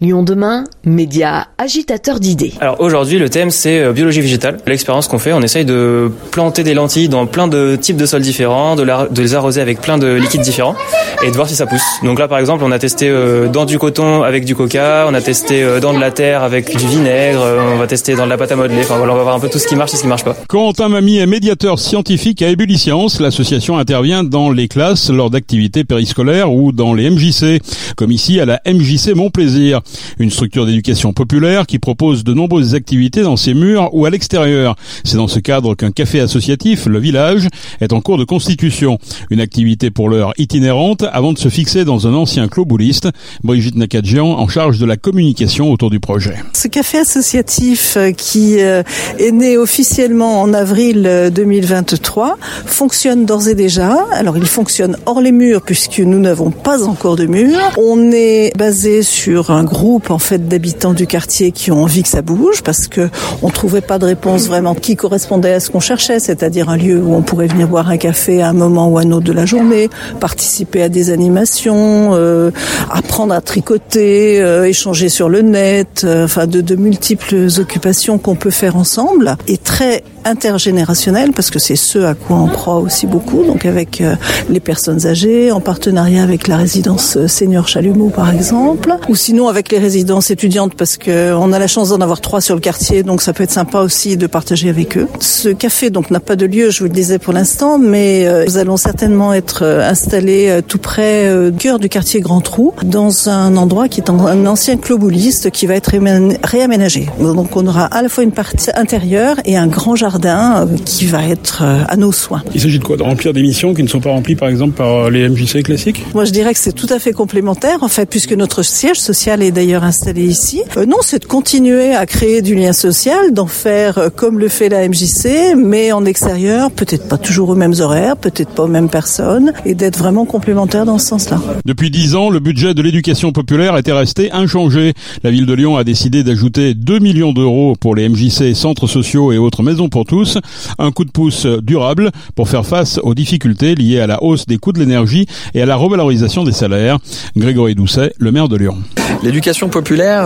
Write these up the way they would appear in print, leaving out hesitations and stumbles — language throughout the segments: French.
Lyon demain, média agitateur d'idées. Alors aujourd'hui, le thème c'est biologie végétale. L'expérience qu'on fait, on essaye de planter des lentilles dans plein de types de sols différents, de les arroser avec plein de liquides différents et de voir si ça pousse. Donc là par exemple, on a testé dans du coton avec du coca, on a testé dans de la terre avec du vinaigre, on va tester dans de la pâte à modeler. Enfin voilà, on va voir un peu tout ce qui marche et ce qui marche pas. Quentin Mamy est médiateur scientifique à Ébuliscience. L'association intervient dans les classes lors d'activités périscolaires ou dans les MJC, comme ici à la MJC Mon-Plaisir, une structure d'éducation populaire qui propose de nombreuses activités dans ses murs ou à l'extérieur. C'est dans ce cadre qu'un café associatif, Le Village, est en cours de constitution. Une activité pour l'heure itinérante avant de se fixer dans un ancien clos bouliste. Brigitte Nakadjian en charge de la communication autour du projet. Ce café associatif qui est né officiellement en avril 2023 fonctionne d'ores et déjà. Alors il fonctionne hors les murs puisque nous n'avons pas encore de murs. On est basé sur un groupe en fait d'habitants du quartier qui ont envie que ça bouge parce que on trouvait pas de réponse vraiment qui correspondait à ce qu'on cherchait, c'est-à-dire un lieu où on pourrait venir boire un café à un moment ou à un autre de la journée, participer à des animations, apprendre à tricoter, échanger sur le net, enfin de multiples occupations qu'on peut faire ensemble et très intergénérationnel parce que c'est ce à quoi on croit aussi beaucoup, donc avec les personnes âgées, en partenariat avec la résidence Senior Chalumeau par exemple, ou sinon avec les résidences étudiantes parce que on a la chance d'en avoir 3 sur le quartier, donc ça peut être sympa aussi de partager avec eux. Ce café donc n'a pas de lieu, je vous le disais pour l'instant, mais nous allons certainement être installés tout près du cœur du quartier Grand Trou, dans un endroit qui est un ancien clos bouliste qui va être réaménagé. Donc on aura à la fois une partie intérieure et un grand jardin qui va être à nos soins. Il s'agit de quoi? De remplir des missions qui ne sont pas remplies par exemple par les MJC classiques? Moi je dirais que c'est tout à fait complémentaire en fait, puisque notre siège social est d'ailleurs installé ici. Non, c'est de continuer à créer du lien social, d'en faire comme le fait la MJC, mais en extérieur, peut-être pas toujours aux mêmes horaires, peut-être pas aux mêmes personnes, et d'être vraiment complémentaire dans ce sens-là. Depuis 10 ans, le budget de l'éducation populaire était resté inchangé. La ville de Lyon a décidé d'ajouter 2 millions d'euros pour les MJC, centres sociaux et autres maisons pour tous. Un coup de pouce durable pour faire face aux difficultés liées à la hausse des coûts de l'énergie et à la revalorisation des salaires. Grégory Doucet, le maire de Lyon. L'éducation populaire,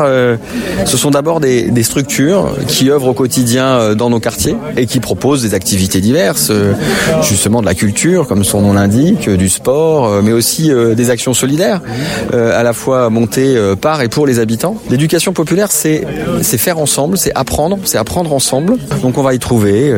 ce sont d'abord des structures qui œuvrent au quotidien dans nos quartiers et qui proposent des activités diverses, justement de la culture, comme son nom l'indique, du sport, mais aussi des actions solidaires, à la fois montées par et pour les habitants. L'éducation populaire, c'est faire ensemble, c'est apprendre ensemble. Donc on va y trouver,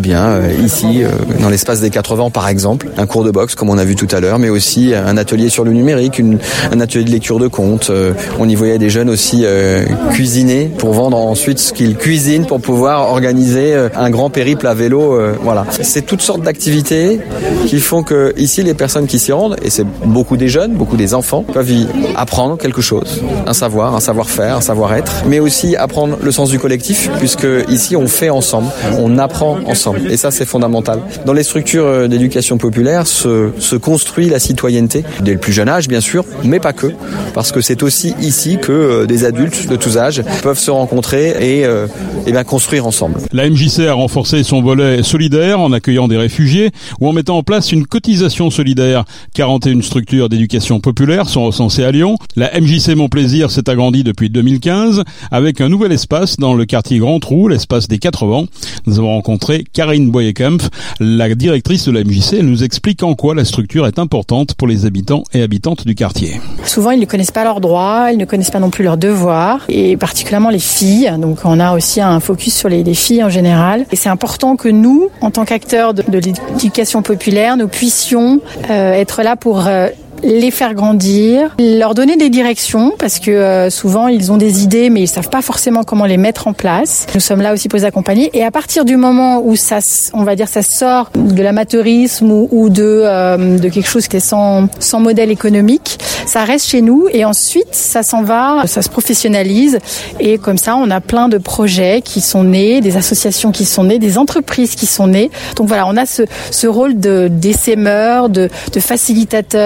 ici, dans l'espace des 80 par exemple, un cours de boxe comme on a vu tout à l'heure, mais aussi un atelier sur le numérique, un atelier de lecture de contes. On y voyait des jeunes aussi cuisiner pour vendre ensuite ce qu'ils cuisinent pour pouvoir organiser un grand périple à vélo. Voilà. C'est toutes sortes d'activités qui font que ici les personnes qui s'y rendent, et c'est beaucoup des jeunes, beaucoup des enfants, peuvent y apprendre quelque chose, un savoir-faire, un savoir-être, mais aussi apprendre le sens du collectif, puisque ici on fait ensemble, on apprend ensemble, et ça c'est fondamental. Dans les structures d'éducation populaire se construit la citoyenneté dès le plus jeune âge bien sûr, mais pas que, parce que c'est aussi ici que des adultes de tous âges peuvent se rencontrer et construire ensemble. La MJC a renforcé son volet solidaire en accueillant des réfugiés ou en mettant en place une cotisation solidaire. 41 structures d'éducation populaire sont recensées à Lyon. La MJC Mon-Plaisir s'est agrandie depuis 2015 avec un nouvel espace dans le quartier Grand Trou, l'espace des 80. Nous avons rencontré Karine Boyekempf, la directrice de la MJC. Elle nous explique en quoi la structure est importante pour les habitants et habitantes du quartier. Souvent, ils ne connaissent pas leurs droits, ils ne connaissent pas non plus leurs devoirs, et particulièrement les filles. Donc, on a aussi un focus sur les filles en général. Et c'est important que nous, en tant qu'acteurs de l'éducation populaire, nous puissions être là pour les faire grandir, leur donner des directions parce que souvent ils ont des idées mais ils savent pas forcément comment les mettre en place. Nous sommes là aussi pour les accompagner et à partir du moment où ça sort de l'amateurisme ou de quelque chose qui est sans modèle économique, ça reste chez nous et ensuite ça s'en va, ça se professionnalise et comme ça on a plein de projets qui sont nés, des associations qui sont nées, des entreprises qui sont nées. Donc voilà, on a ce rôle d'essaimeur, de facilitateur.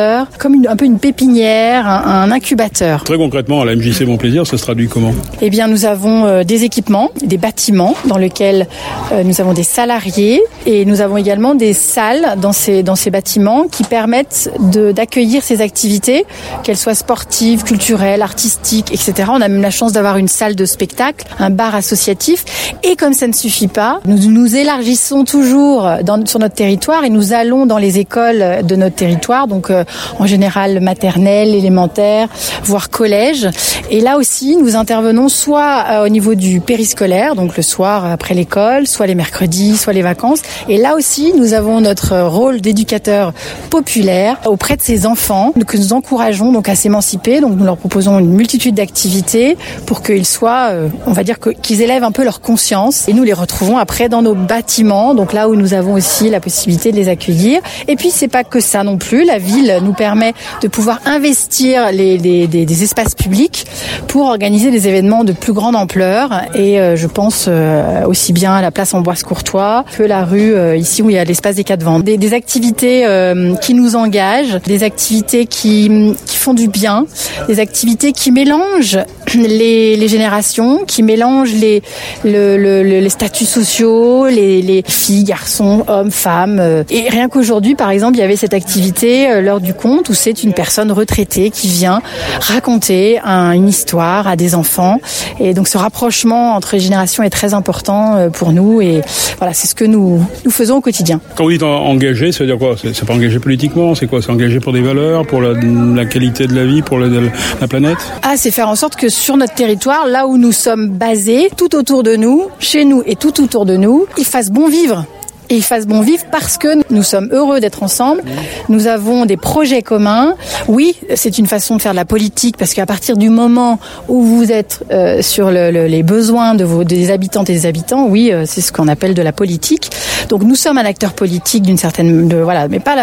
comme un peu une pépinière, un incubateur. Très concrètement, à la MJC Montplaisir, ça se traduit comment ? Eh bien, nous avons des équipements, des bâtiments dans lesquels nous avons des salariés et nous avons également des salles dans ces bâtiments qui permettent d'accueillir ces activités, qu'elles soient sportives, culturelles, artistiques, etc. On a même la chance d'avoir une salle de spectacle, un bar associatif. Et comme ça ne suffit pas, nous élargissons toujours sur notre territoire et nous allons dans les écoles de notre territoire, donc en général maternelle, élémentaire, voire collège. Et là aussi, nous intervenons soit au niveau du périscolaire, donc le soir après l'école, soit les mercredis, soit les vacances. Et là aussi, nous avons notre rôle d'éducateur populaire auprès de ces enfants que nous encourageons donc à s'émanciper. Donc nous leur proposons une multitude d'activités pour qu'ils soient, on va dire qu'ils élèvent un peu leur conscience. Et nous les retrouvons après dans nos bâtiments, donc là où nous avons aussi la possibilité de les accueillir. Et puis c'est pas que ça non plus. La ville nous permet de pouvoir investir des espaces publics pour organiser des événements de plus grande ampleur. Et je pense aussi bien à la place Ambroise-Courtois que la rue ici où il y a l'espace des 4 vents. Des activités qui nous engagent, des activités qui font du bien, des activités qui mélangent les générations, qui mélangent les statuts sociaux, les filles, garçons, hommes, femmes. Et rien qu'aujourd'hui, par exemple, il y avait cette activité, l'heure du conte, où c'est une personne retraitée qui vient raconter une histoire à des enfants. Et donc ce rapprochement entre les générations est très important pour nous. Et voilà, c'est ce que nous faisons au quotidien. Quand vous dites engagé, ça veut dire quoi ? C'est pas engagé politiquement, c'est quoi ? C'est engagé pour des valeurs, pour la qualité de la vie, pour la planète ? C'est faire en sorte que sur notre territoire, là où nous sommes basés, tout autour de nous, chez nous et tout autour de nous, il fasse bon vivre. Et ils fassent bon vivre parce que nous sommes heureux d'être ensemble. Nous avons des projets communs. Oui, c'est une façon de faire de la politique parce qu'à partir du moment où vous êtes sur les besoins des habitantes et des habitants, oui, c'est ce qu'on appelle de la politique. Donc nous sommes un acteur politique d'une certaine, mais pas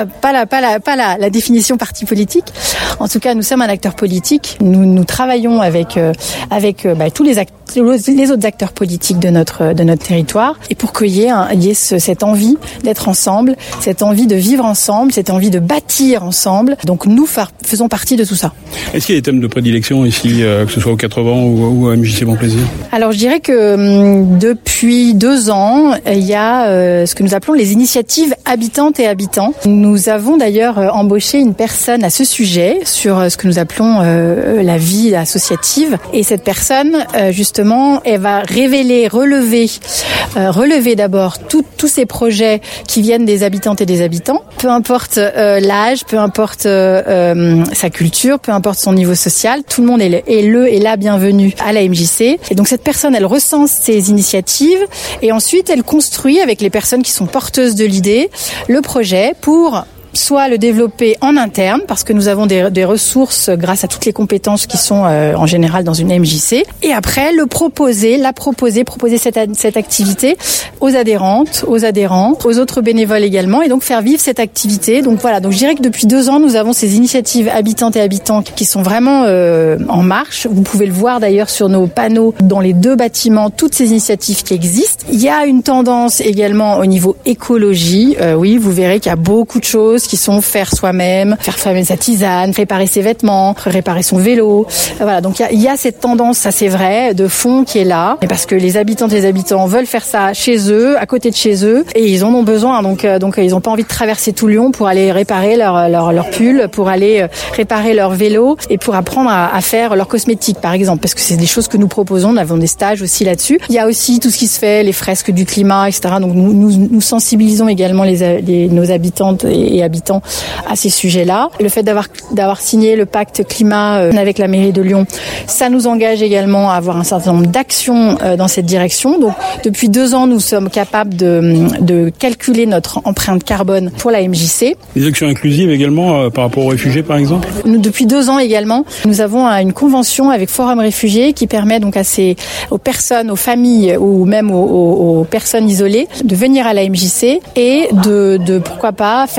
la définition parti politique. En tout cas, nous sommes un acteur politique. Nous travaillons avec tous les autres acteurs politiques de notre territoire et pour qu'il y ait cette envie d'être ensemble, cette envie de vivre ensemble, cette envie de bâtir ensemble. Donc nous faisons partie de tout ça. Est-ce qu'il y a des thèmes de prédilection ici, que ce soit au 80 ou à MJC Montplaisir ? Alors je dirais que depuis 2 ans, il y a ce que nous appelons les initiatives habitantes et habitants. Nous avons d'ailleurs embauché une personne à ce sujet sur ce que nous appelons la vie associative. Et cette personne, justement, elle va relever d'abord tous ces projets qui viennent des habitantes et des habitants, peu importe l'âge, peu importe sa culture, peu importe son niveau social, tout le monde est la bienvenue à la MJC. Et donc cette personne, elle recense ces initiatives et ensuite elle construit avec les personnes qui sont porteuses de l'idée le projet pour soit le développer en interne, parce que nous avons des ressources grâce à toutes les compétences qui sont en général dans une MJC, et après proposer cette activité aux adhérentes, aux adhérents, aux autres bénévoles également, et donc faire vivre cette activité. Donc voilà, donc je dirais que depuis 2 ans, nous avons ces initiatives habitantes et habitants qui sont vraiment en marche. Vous pouvez le voir d'ailleurs sur nos panneaux dans les 2 bâtiments, toutes ces initiatives qui existent. Il y a une tendance également au niveau écologie. Oui, vous verrez qu'il y a beaucoup de choses qui sont faire soi-même sa tisane, préparer ses vêtements, réparer son vélo. Voilà, donc il y a cette tendance, ça c'est vrai, de fond qui est là, et parce que les habitantes et les habitants veulent faire ça chez eux, à côté de chez eux, et ils en ont besoin. Donc ils n'ont pas envie de traverser tout Lyon pour aller réparer leur pull, pour aller réparer leur vélo et pour apprendre à faire leurs cosmétiques, par exemple, parce que c'est des choses que nous proposons. Nous avons des stages aussi là-dessus. Il y a aussi tout ce qui se fait, les fresques du climat, etc. Donc nous sensibilisons également nos habitantes et habitants à ces sujets-là. Le fait d'avoir signé le pacte climat avec la mairie de Lyon, ça nous engage également à avoir un certain nombre d'actions dans cette direction. Donc depuis 2 ans, nous sommes capables de calculer notre empreinte carbone pour la MJC. Des actions inclusives également par rapport aux réfugiés, par exemple ? Depuis 2 ans également, nous avons une convention avec Forum Réfugiés qui permet donc aux personnes, aux familles ou même aux personnes isolées de venir à la MJC et de pourquoi pas faire un sport,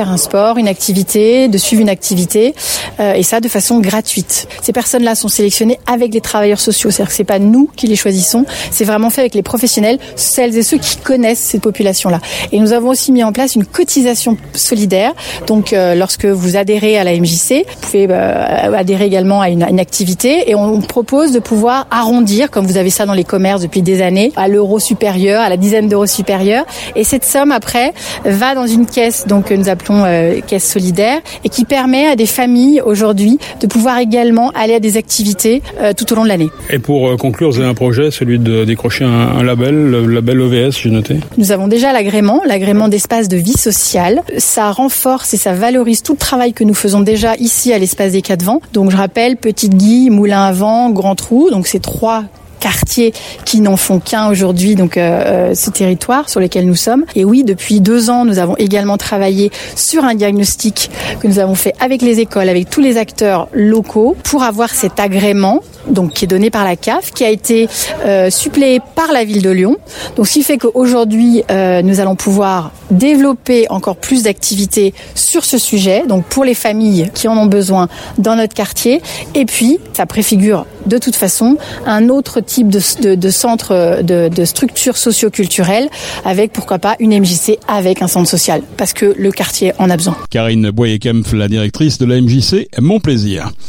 sport, une activité, de suivre une activité, et ça de façon gratuite. Ces personnes-là sont sélectionnées avec les travailleurs sociaux, c'est-à-dire que c'est pas nous qui les choisissons, c'est vraiment fait avec les professionnels, celles et ceux qui connaissent ces populations-là. Et nous avons aussi mis en place une cotisation solidaire. Donc, lorsque vous adhérez à la MJC, vous pouvez adhérer également à une activité, et on propose de pouvoir arrondir, comme vous avez ça dans les commerces depuis des années, à l'euro supérieur, à la dizaine d'euros supérieurs. Et cette somme, après, va dans une caisse, donc que nous appelons caisse solidaire, et qui permet à des familles aujourd'hui de pouvoir également aller à des activités tout au long de l'année. Et pour conclure, vous avez un projet, celui de décrocher un label, le label OVS, j'ai noté. Nous avons déjà l'agrément d'espace de vie sociale. Ça renforce et ça valorise tout le travail que nous faisons déjà ici à l'espace des Quatre Vents. Donc je rappelle, Petite Guy, Moulin à Vent, Grand Trou, donc ces 3 quartiers qui n'en font qu'un aujourd'hui, donc ce territoire sur lequel nous sommes. Et oui, depuis 2 ans, nous avons également travaillé sur un diagnostic que nous avons fait avec les écoles, avec tous les acteurs locaux, pour avoir cet agrément, donc qui est donné par la CAF, qui a été suppléé par la ville de Lyon. Donc ce qui fait qu'aujourd'hui, nous allons pouvoir développer encore plus d'activités sur ce sujet, donc pour les familles qui en ont besoin dans notre quartier. Et puis, ça préfigure de toute façon un autre type de centre, de structure socio-culturelle, avec pourquoi pas une MJC avec un centre social, parce que le quartier en a besoin. Karine Boyer-Kempf, la directrice de la MJC Mon Plaisir.